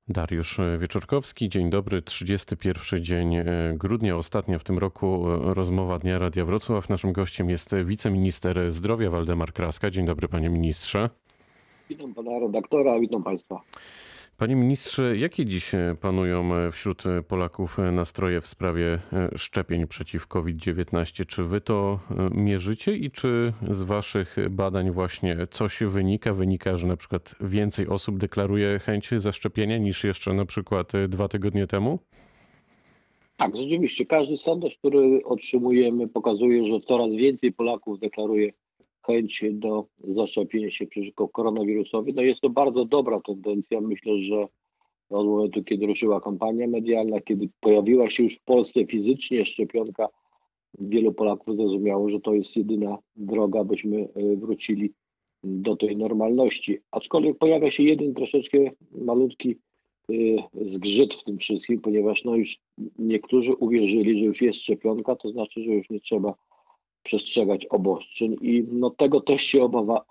Dariusz Wieczorkowski, dzień dobry. 31 dzień grudnia, ostatnia w tym roku rozmowa Dnia Radia Wrocław. Naszym gościem jest wiceminister zdrowia Waldemar Kraska. Dzień dobry, panie ministrze. Witam pana redaktora, witam państwa. Panie ministrze, jakie dziś panują wśród Polaków nastroje w sprawie szczepień przeciw COVID-19? Czy wy to mierzycie i czy z waszych badań właśnie coś wynika? Wynika, że na przykład więcej osób deklaruje chęć zaszczepienia niż jeszcze na przykład 2 tygodnie temu? Tak, rzeczywiście, każdy sondaż, który otrzymujemy, pokazuje, że coraz więcej Polaków deklaruje chęć do zaszczepienia się przeciwko koronawirusowi. No jest to bardzo dobra tendencja. Myślę, że od momentu, kiedy ruszyła kampania medialna, kiedy pojawiła się już w Polsce fizycznie szczepionka, wielu Polaków zrozumiało, że to jest jedyna droga, byśmy wrócili do tej normalności. Aczkolwiek pojawia się jeden troszeczkę malutki zgrzyt w tym wszystkim, ponieważ no już niektórzy uwierzyli, że już jest szczepionka, to znaczy, że już nie trzeba przestrzegać obostrzeń i no tego też się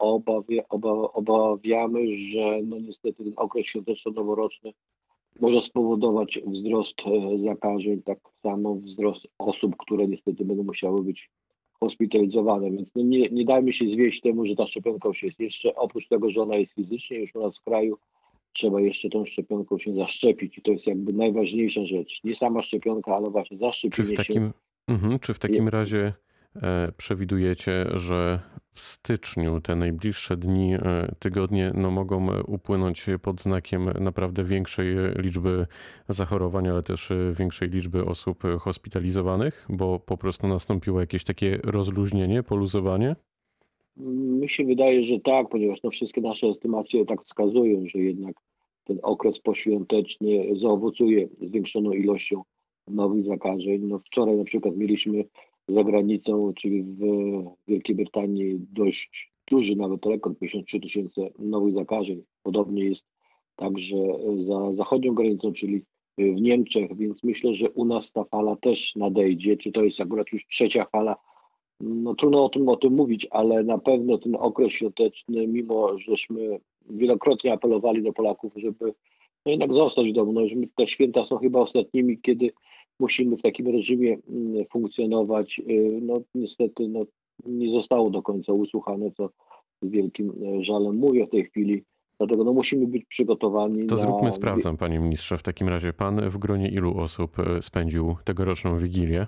obawiamy, że no niestety ten okres świąteczno-noworoczny może spowodować wzrost zakażeń, tak samo wzrost osób, które niestety będą musiały być hospitalizowane, więc no nie dajmy się zwieść temu, że ta szczepionka już jest. Jeszcze oprócz tego, że ona jest fizycznie już u nas w kraju, trzeba jeszcze tą szczepionką się zaszczepić i to jest jakby najważniejsza rzecz. Nie sama szczepionka, ale właśnie Czy w zaszczepienie się. takim razie przewidujecie, że w styczniu te najbliższe dni, tygodnie mogą upłynąć pod znakiem naprawdę większej liczby zachorowań, ale też większej liczby osób hospitalizowanych, bo po prostu nastąpiło jakieś takie rozluźnienie, poluzowanie? Mi się wydaje, że tak, ponieważ no wszystkie nasze estymacje tak wskazują, że jednak ten okres poświąteczny zaowocuje zwiększoną ilością nowych zakażeń. No wczoraj na przykład mieliśmy za granicą, czyli w Wielkiej Brytanii dość duży nawet rekord, 53 tysiące nowych zakażeń. Podobnie jest także za zachodnią granicą, czyli w Niemczech, więc myślę, że u nas ta fala też nadejdzie. Czy to jest akurat już trzecia fala? No trudno o tym mówić, ale na pewno ten okres świąteczny, mimo żeśmy wielokrotnie apelowali do Polaków, żeby no jednak zostać w domu, no, że te święta są chyba ostatnimi, kiedy musimy w takim reżimie funkcjonować. No niestety no, nie zostało do końca usłuchane, co z wielkim żalem mówię w tej chwili. Dlatego no, musimy być przygotowani To na zróbmy sprawdzam, panie ministrze. W takim razie pan w gronie ilu osób spędził tegoroczną Wigilię?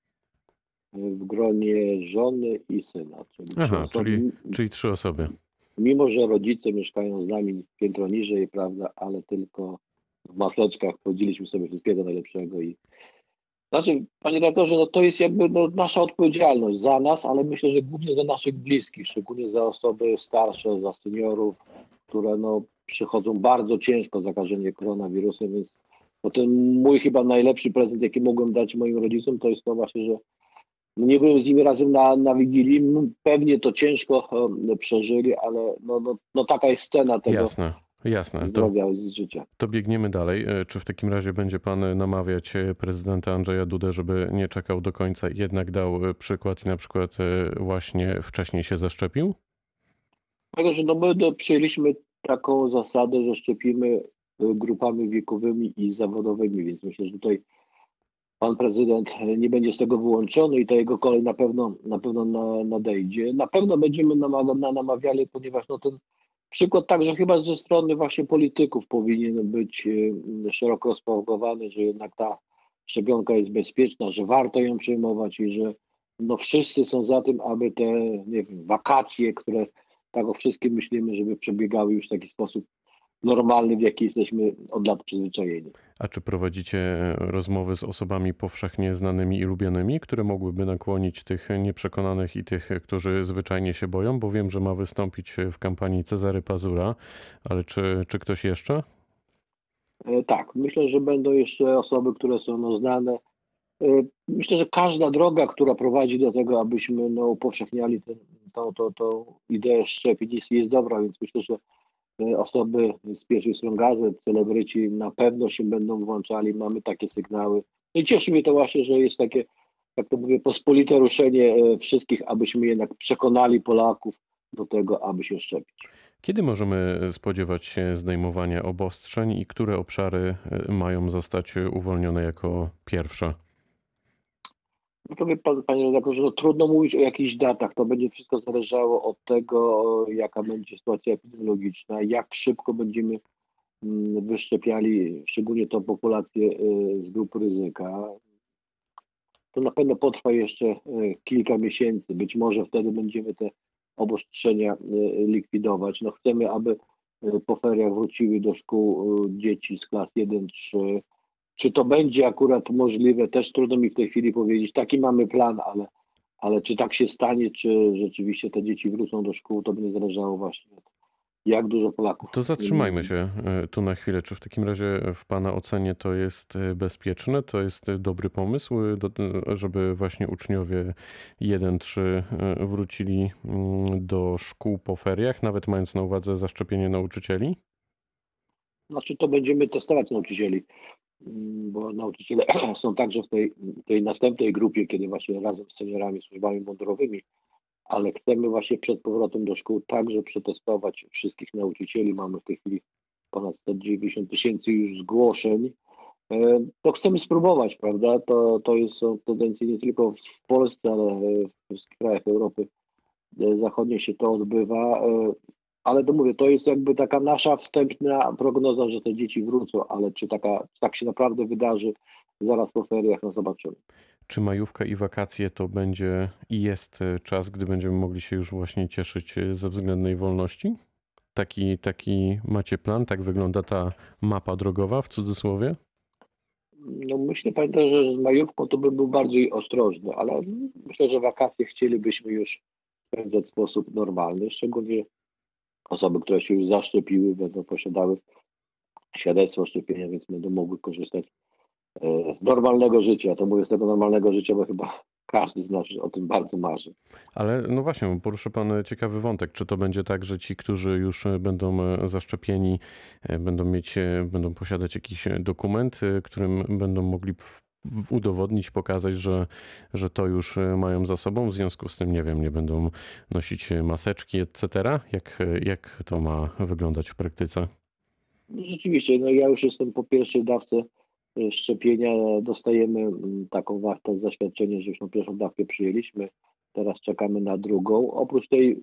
w gronie żony i syna, czyli trzy Aha, osoby. czyli 3 osoby. Mimo że rodzice mieszkają z nami piętro niżej, prawda, ale tylko w maseczkach powiedzieliśmy sobie wszystkiego najlepszego i znaczy, panie redaktorze, no to jest jakby no, nasza odpowiedzialność za nas, ale myślę, że głównie za naszych bliskich, szczególnie za osoby starsze, za seniorów, które no przychodzą bardzo ciężko zakażenie koronawirusem, więc no ten mój chyba najlepszy prezent, jaki mogłem dać moim rodzicom, to jest to właśnie, że nie byłem z nimi razem na Wigilii. Pewnie to ciężko przeżyli, ale no taka jest cena tego Jasne, jasne. zdrowia z życia. To biegniemy dalej. Czy w takim razie będzie pan namawiać prezydenta Andrzeja Dudę, żeby nie czekał do końca, jednak dał przykład i na przykład właśnie wcześniej się zaszczepił? Dlatego, że no my przyjęliśmy taką zasadę, że szczepimy grupami wiekowymi i zawodowymi, więc myślę, że tutaj pan prezydent nie będzie z tego wyłączony i ta jego kolej na pewno nadejdzie. Na pewno będziemy namawiali, ponieważ no ten przykład także chyba ze strony właśnie polityków powinien być szeroko rozpropagowany, że jednak ta szczepionka jest bezpieczna, że warto ją przyjmować i że no wszyscy są za tym, aby te nie wiem, wakacje, które tak o wszystkim myślimy, żeby przebiegały już w taki sposób normalny, w jaki jesteśmy od lat przyzwyczajeni. A czy prowadzicie rozmowy z osobami powszechnie znanymi i lubianymi, które mogłyby nakłonić tych nieprzekonanych i tych, którzy zwyczajnie się boją? Bo wiem, że ma wystąpić w kampanii Cezary Pazura, ale czy ktoś jeszcze? Tak, myślę, że będą jeszcze osoby, które są no, znane. Myślę, że każda droga, która prowadzi do tego, abyśmy no, upowszechniali tą ideę szczepień jest dobra, więc myślę, że osoby z pierwszych stron gazet, celebryci na pewno się będą włączali, mamy takie sygnały. No i cieszy mnie to właśnie, że jest takie, jak to mówię, pospolite ruszenie wszystkich, abyśmy jednak przekonali Polaków do tego, aby się szczepić. Kiedy możemy spodziewać się zdejmowania obostrzeń i które obszary mają zostać uwolnione jako pierwsze? No to wie pan, panie redaktorze, no trudno mówić o jakichś datach. To będzie wszystko zależało od tego, jaka będzie sytuacja epidemiologiczna, jak szybko będziemy wyszczepiali, szczególnie tą populację z grup ryzyka. To na pewno potrwa jeszcze kilka miesięcy. Być może wtedy będziemy te obostrzenia likwidować. No chcemy, aby po feriach wróciły do szkół dzieci z klas 1-3. Czy to będzie akurat możliwe, też trudno mi w tej chwili powiedzieć. Taki mamy plan, ale czy tak się stanie, czy rzeczywiście te dzieci wrócą do szkół, to będzie zależało właśnie od jak dużo Polaków. To zatrzymajmy się tu na chwilę. Czy w takim razie w Pana ocenie to jest bezpieczne? To jest dobry pomysł, żeby właśnie uczniowie 1-3 wrócili do szkół po feriach, nawet mając na uwadze zaszczepienie nauczycieli? Znaczy to będziemy testować nauczycieli, bo nauczyciele są także w tej następnej grupie, kiedy właśnie razem z seniorami, służbami mundurowymi, ale chcemy właśnie przed powrotem do szkół także przetestować wszystkich nauczycieli. Mamy w tej chwili ponad 190 tysięcy już zgłoszeń. To chcemy spróbować, prawda? Są tendencje nie tylko w Polsce, ale w wszystkich krajach Europy Zachodniej się to odbywa. Ale to mówię, to jest jakby taka nasza wstępna prognoza, że te dzieci wrócą, ale czy tak się naprawdę wydarzy zaraz po feriach, no zobaczymy. Czy majówka i wakacje to będzie i jest czas, gdy będziemy mogli się już właśnie cieszyć ze względnej wolności? Taki macie plan? Tak wygląda ta mapa drogowa w cudzysłowie? No myślę, pamiętam, że z majówką to bym był bardziej ostrożny, ale myślę, że wakacje chcielibyśmy już spędzać w sposób normalny, szczególnie osoby, które się już zaszczepiły, będą posiadały świadectwo szczepienia, więc będą mogły korzystać z normalnego życia. To mówię z tego normalnego życia, bo chyba każdy z nas o tym bardzo marzy. Ale no właśnie, poruszył Pan ciekawy wątek. Czy to będzie tak, że ci, którzy już będą zaszczepieni, będą posiadać jakiś dokument, którym będą mogli udowodnić, pokazać, że to już mają za sobą, w związku z tym, nie wiem, nie będą nosić maseczki, etc. Jak to ma wyglądać w praktyce? No rzeczywiście, no ja już jestem po pierwszej dawce szczepienia. Dostajemy taką wartość, zaświadczenie, że już tą pierwszą dawkę przyjęliśmy. Teraz czekamy na drugą. Oprócz tej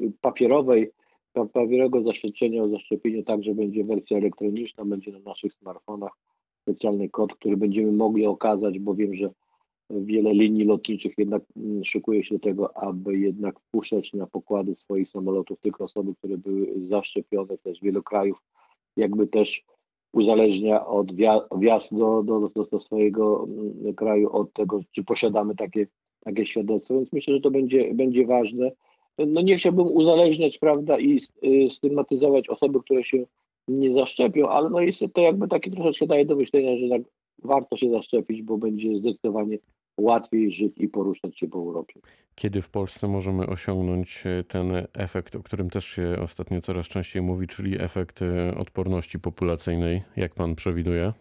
papierowego zaświadczenia o zaszczepieniu także będzie wersja elektroniczna, będzie na naszych smartfonach specjalny kod, który będziemy mogli okazać, bo wiem, że wiele linii lotniczych jednak szykuje się do tego, aby jednak wpuszczać na pokłady swoich samolotów tylko osoby, które były zaszczepione. Też wielu krajów jakby też uzależnia od wjazd do swojego kraju od tego, czy posiadamy takie świadectwo, więc myślę, że to będzie ważne. No nie chciałbym uzależniać, prawda, i stygmatyzować osoby, które się nie zaszczepią, ale no jest to jakby taki troszeczkę daje do myślenia, że tak warto się zaszczepić, bo będzie zdecydowanie łatwiej żyć i poruszać się po Europie. Kiedy w Polsce możemy osiągnąć ten efekt, o którym też się ostatnio coraz częściej mówi, czyli efekt odporności populacyjnej, jak pan przewiduje?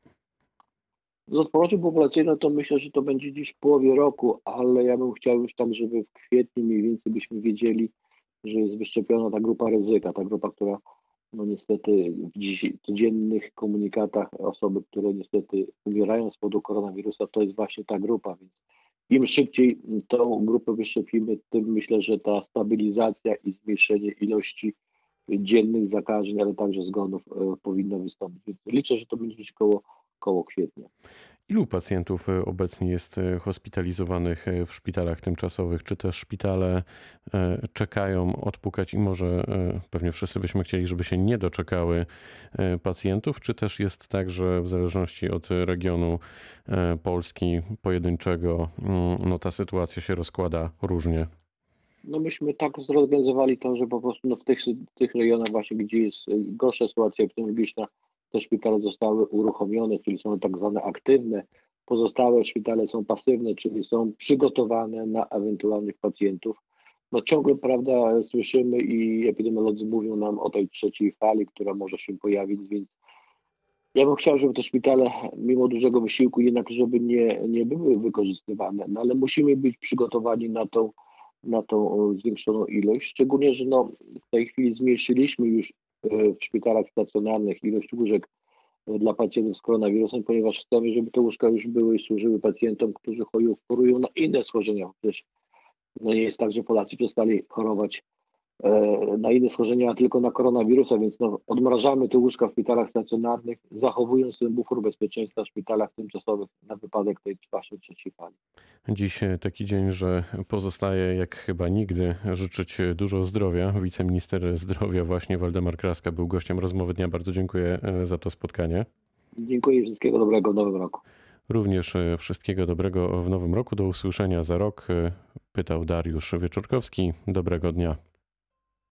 Z odpornością populacyjną to myślę, że to będzie gdzieś w połowie roku, ale ja bym chciał już tak, żeby w kwietniu mniej więcej byśmy wiedzieli, że jest wyszczepiona ta grupa ryzyka, ta grupa, która no niestety w codziennych komunikatach osoby, które niestety umierają z powodu koronawirusa, to jest właśnie ta grupa, więc im szybciej tą grupę wyszczepimy, tym myślę, że ta stabilizacja i zmniejszenie ilości dziennych zakażeń, ale także zgonów powinno wystąpić. Więc liczę, że to będzie gdzieś koło kwietnia. Ilu pacjentów obecnie jest hospitalizowanych w szpitalach tymczasowych? Czy te szpitale czekają odpukać i może pewnie wszyscy byśmy chcieli, żeby się nie doczekały pacjentów, czy też jest tak, że w zależności od regionu Polski pojedynczego, no ta sytuacja się rozkłada różnie? No myśmy tak zorganizowali to, że po prostu no w tych rejonach właśnie, gdzie jest gorsza sytuacja epidemiologiczna, te szpitale zostały uruchomione, czyli są tak zwane aktywne. Pozostałe szpitale są pasywne, czyli są przygotowane na ewentualnych pacjentów. No ciągle, prawda, słyszymy i epidemiolodzy mówią nam o tej trzeciej fali, która może się pojawić, więc ja bym chciał, żeby te szpitale, mimo dużego wysiłku, jednak żeby nie były wykorzystywane, no ale musimy być przygotowani na tą zwiększoną ilość, szczególnie, że w tej chwili zmniejszyliśmy już w szpitalach stacjonarnych ilość łóżek dla pacjentów z koronawirusem, ponieważ chcemy, żeby te łóżka już były i służyły pacjentom, którzy chorują na inne schorzenia. Przecież nie jest tak, że Polacy przestali chorować na inne schorzenia, a tylko na koronawirusa, więc odmrażamy te łóżka w szpitalach stacjonarnych, zachowując ten bufor bezpieczeństwa w szpitalach tymczasowych na wypadek tej waszej trzeciej fali. Dziś taki dzień, że pozostaje jak chyba nigdy życzyć dużo zdrowia. Wiceminister zdrowia właśnie Waldemar Kraska był gościem rozmowy dnia. Bardzo dziękuję za to spotkanie. Dziękuję i wszystkiego dobrego w nowym roku. Również wszystkiego dobrego w nowym roku. Do usłyszenia za rok. Pytał Dariusz Wieczorkowski. Dobrego dnia.